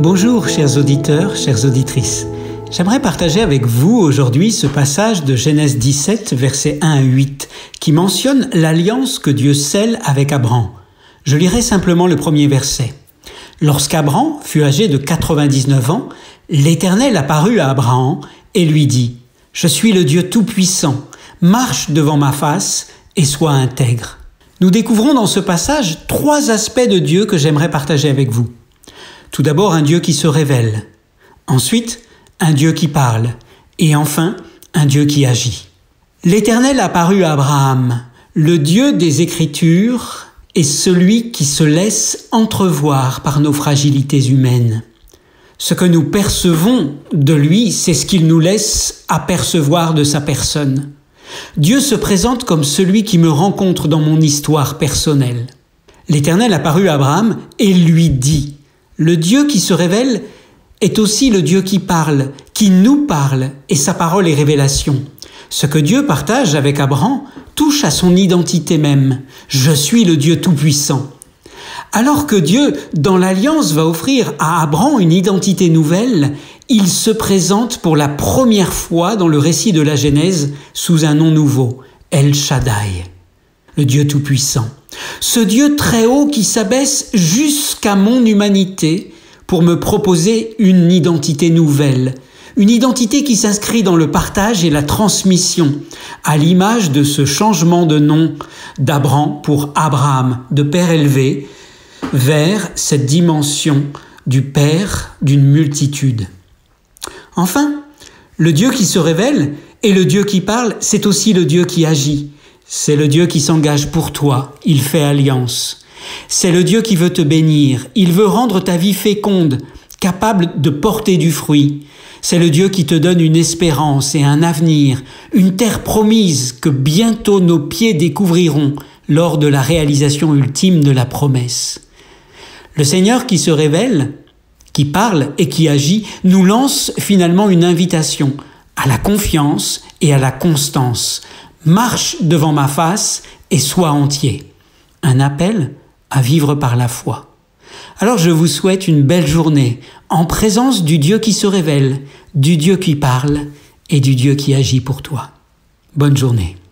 Bonjour chers auditeurs, chères auditrices. J'aimerais partager avec vous aujourd'hui ce passage de Genèse 17, versets 1 à 8, qui mentionne l'alliance que Dieu scelle avec Abraham. Je lirai simplement le premier verset. Lorsqu'Abraham fut âgé de 99 ans, l'Éternel apparut à Abraham et lui dit « Je suis le Dieu Tout-Puissant, marche devant ma face et sois intègre. » Nous découvrons dans ce passage 3 aspects de Dieu que j'aimerais partager avec vous. Tout d'abord, un Dieu qui se révèle. Ensuite, un Dieu qui parle. Et enfin, un Dieu qui agit. L'Éternel apparut à Abraham. Le Dieu des Écritures est celui qui se laisse entrevoir par nos fragilités humaines. Ce que nous percevons de lui, c'est ce qu'il nous laisse apercevoir de sa personne. Dieu se présente comme celui qui me rencontre dans mon histoire personnelle. L'Éternel apparut à Abraham et lui dit « Le Dieu qui se révèle est aussi le Dieu qui parle, qui nous parle, et sa parole est révélation. Ce que Dieu partage avec Abraham touche à son identité même. Je suis le Dieu Tout-Puissant. » Alors que Dieu, dans l'Alliance, va offrir à Abraham une identité nouvelle, il se présente pour la première fois dans le récit de la Genèse sous un nom nouveau, El Shaddai, le Dieu Tout-Puissant. Ce Dieu très haut qui s'abaisse jusqu'à mon humanité pour me proposer une identité nouvelle, une identité qui s'inscrit dans le partage et la transmission, à l'image de ce changement de nom d'Abraham pour Abraham, de père élevé, vers cette dimension du père d'une multitude. Enfin, le Dieu qui se révèle et le Dieu qui parle, c'est aussi le Dieu qui agit. C'est le Dieu qui s'engage pour toi, il fait alliance. C'est le Dieu qui veut te bénir, il veut rendre ta vie féconde, capable de porter du fruit. C'est le Dieu qui te donne une espérance et un avenir, une terre promise que bientôt nos pieds découvriront lors de la réalisation ultime de la promesse. Le Seigneur qui se révèle, qui parle et qui agit, nous lance finalement une invitation à la confiance et à la constance. Marche devant ma face et sois entier. Un appel à vivre par la foi. Alors je vous souhaite une belle journée en présence du Dieu qui se révèle, du Dieu qui parle et du Dieu qui agit pour toi. Bonne journée.